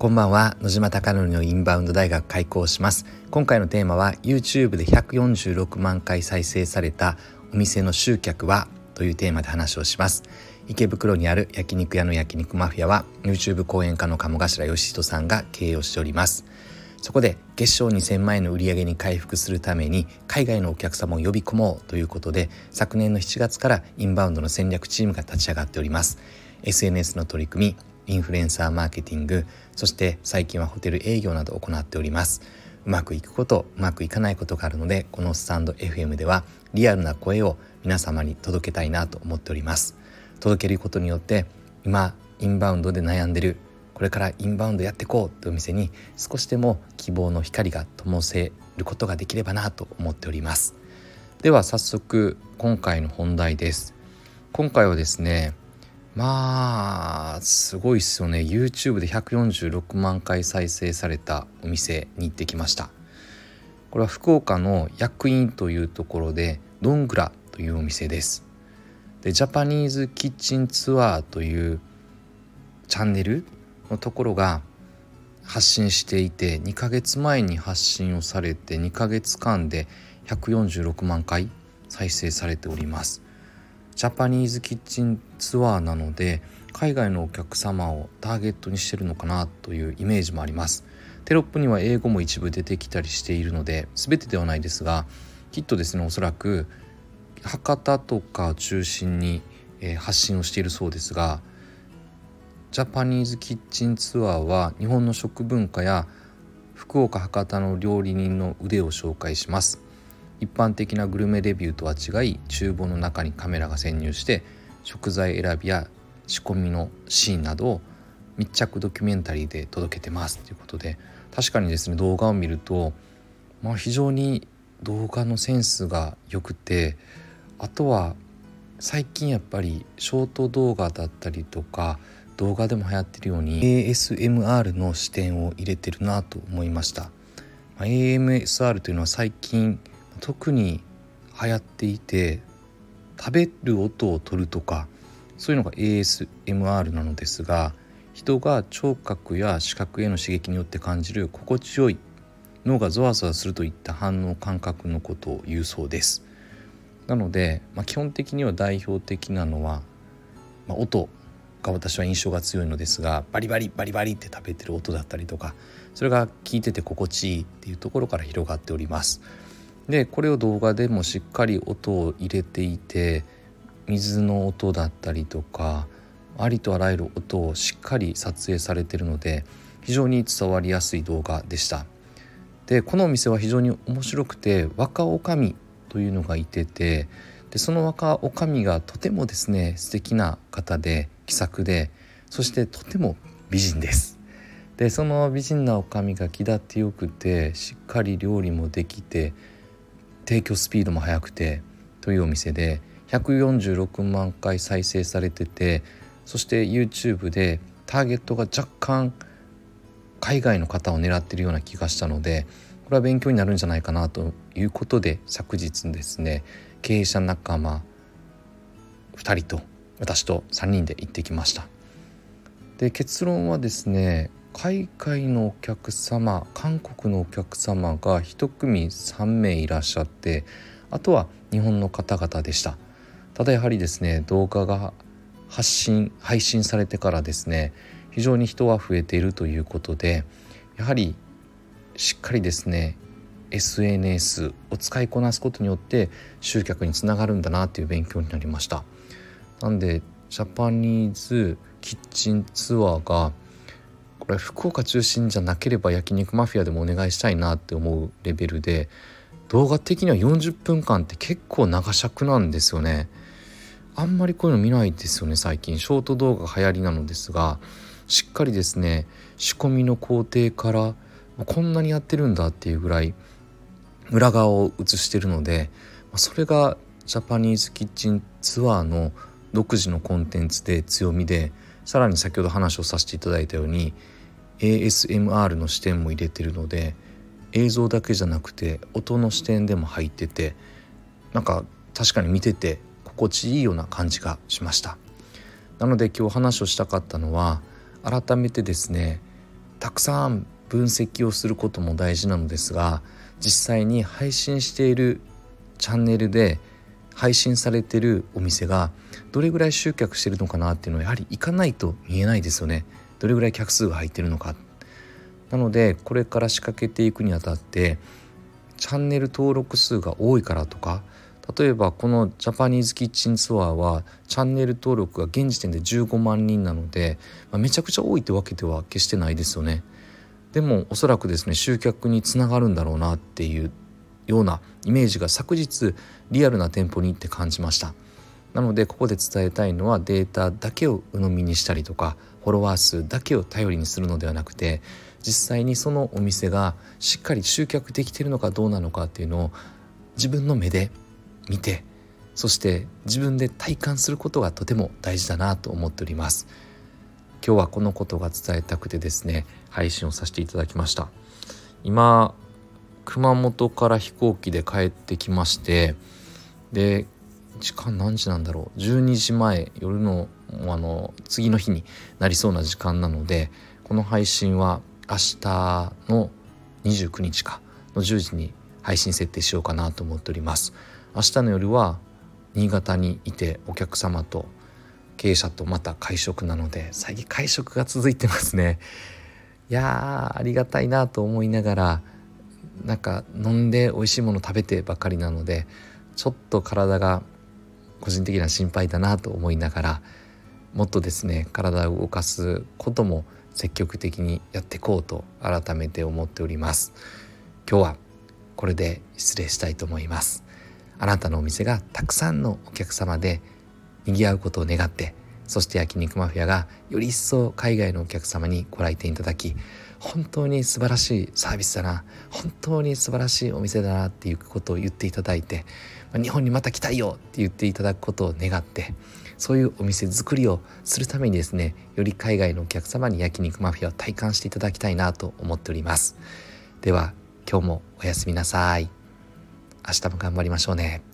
こんばんは。野島貴則のインバウンド大学開講します。今回のテーマは YouTube で146万回再生されたお店の集客はというテーマで話をします。池袋にある焼肉屋の焼肉マフィアは YouTube 講演家の鴨頭義人さんが経営をしております。そこで月商2000万円の売り上げに回復するために海外のお客様を呼び込もうということで、昨年の7月からインバウンドの戦略チームが立ち上がっております。 SNS の取り組み、インフルエンサーマーケティング、そして最近はホテル営業などを行っております。うまくいくこと、うまくいかないことがあるので、このスタンド FM ではリアルな声を皆様に届けたいなと思っております。届けることによって今インバウンドで悩んでる、これからインバウンドやっていこうというお店に少しでも希望の光が灯せることができればなと思っております。では早速今回の本題です。今回はですね、すごいっすよね。 YouTube で146万回再生されたお店に行ってきました。これは福岡の薬院というところでどんぐらというお店です。でジャパニーズキッチンツアーというチャンネルのところが発信していて、2ヶ月前に発信をされて2ヶ月間で146万回再生されております。ジャパニーズキッチンツアーなので海外のお客様をターゲットにしてるのかなというイメージもあります。テロップには英語も一部出てきたりしているので全てではないですが、きっとですね、おそらく博多とかを中心に発信をしているそうですが、ジャパニーズキッチンツアーは日本の食文化や福岡博多の料理人の腕を紹介します。一般的なグルメレビューとは違い、厨房の中にカメラが潜入して食材選びや仕込みのシーンなどを密着ドキュメンタリーで届けてますということで、確かにですね、動画を見ると、非常に動画のセンスが良くて、あとは最近やっぱりショート動画だったりとか動画でも流行ってるように ASMR の視点を入れてるなと思いました。ASMR というのは最近特に流行っていて、食べる音を取るとかそういうのが ASMR なのですが、人が聴覚や視覚への刺激によって感じる心地よい、脳がゾワゾワするといった反応感覚のことを言うそうです。なので、基本的には代表的なのは、音が私は印象が強いのですが、バリバリバリバリって食べてる音だったりとか、それが聞いてて心地いいっていうところから広がっております。でこれを動画でもしっかり音を入れていて、水の音だったりとかありとあらゆる音をしっかり撮影されているので、非常に伝わりやすい動画でした。でこのお店は非常に面白くて、若女将というのがいてて、でその若女将がとてもですね素敵な方で気さくで、そしてとても美人です。でその美人な女将が気立ってよくて、しっかり料理もできて、提供スピードも速くてというお店で146万回再生されてて、そして YouTube でターゲットが若干海外の方を狙っているような気がしたので、これは勉強になるんじゃないかなということで、昨日ですね、経営者仲間2人と私と3人で行ってきました。で結論はですね、海外のお客様、韓国のお客様が1組3名いらっしゃって、あとは日本の方々でした。ただやはりですね、動画が配信されてからですね、非常に人は増えているということで、やはりしっかりですね SNS を使いこなすことによって集客につながるんだなという勉強になりました。なんでジャパニーズキッチンツアーがこれ福岡中心じゃなければ焼肉マフィアでもお願いしたいなって思うレベルで、動画的には40分間って結構長尺なんですよね。あんまりこういうの見ないですよね。最近ショート動画が流行りなのですが、しっかりですね仕込みの工程からこんなにやってるんだっていうぐらい裏側を映してるので、それがジャパニーズキッチンツアーの独自のコンテンツで強みで、さらに先ほど話をさせていただいたように ASMR の視点も入れてるので、映像だけじゃなくて音の視点でも入ってて、確かに見てて心地いいような感じがしました。なので今日話をしたかったのは、改めてですね、 たくさん分析をすることも大事なのですが、実際に配信しているチャンネルで配信されているお店がどれぐらい集客しているのかなっていうのはやはり行かないと見えないですよね。どれぐらい客数が入っているのか。なのでこれから仕掛けていくにあたって、チャンネル登録数が多いからとか、例えばこのジャパニーズキッチンツアーはチャンネル登録が現時点で15万人なので、めちゃくちゃ多いってわけでは決してないですよね。でもおそらくですね、集客につながるんだろうなっていうようなイメージが昨日リアルな店舗に行って感じました。なのでここで伝えたいのは、データだけを鵜呑みにしたりとかフォロワー数だけを頼りにするのではなくて、実際にそのお店がしっかり集客できているのかどうなのかっていうのを自分の目で見て、そして自分で体感することがとても大事だなと思っております。今日はこのことが伝えたくてですね、配信をさせていただきました。今熊本から飛行機で帰ってきまして、で時間何時なんだろう、12時前、夜の次の日になりそうな時間なので、この配信は明日の29日かの10時に配信設定しようかなと思っております。明日の夜は新潟にいて、お客様と経営者とまた会食なので、最近会食が続いてますね。いやーありがたいなと思いながら、なんか飲んで美味しいもの食べてばかりなので、ちょっと体が個人的な心配だなと思いながら、もっとですね体を動かすことも積極的にやっていこうと改めて思っております。今日はこれで失礼したいと思います。あなたのお店がたくさんのお客様で賑わうことを願って、そして焼肉マフィアがより一層海外のお客様にご来店いただき、本当に素晴らしいサービスだな、本当に素晴らしいお店だなっていうことを言っていただいて、日本にまた来たいよって言っていただくことを願って、そういうお店作りをするためにですね、より海外のお客様に焼肉マフィアを体感していただきたいなと思っております。では今日もおやすみなさい。明日も頑張りましょうね。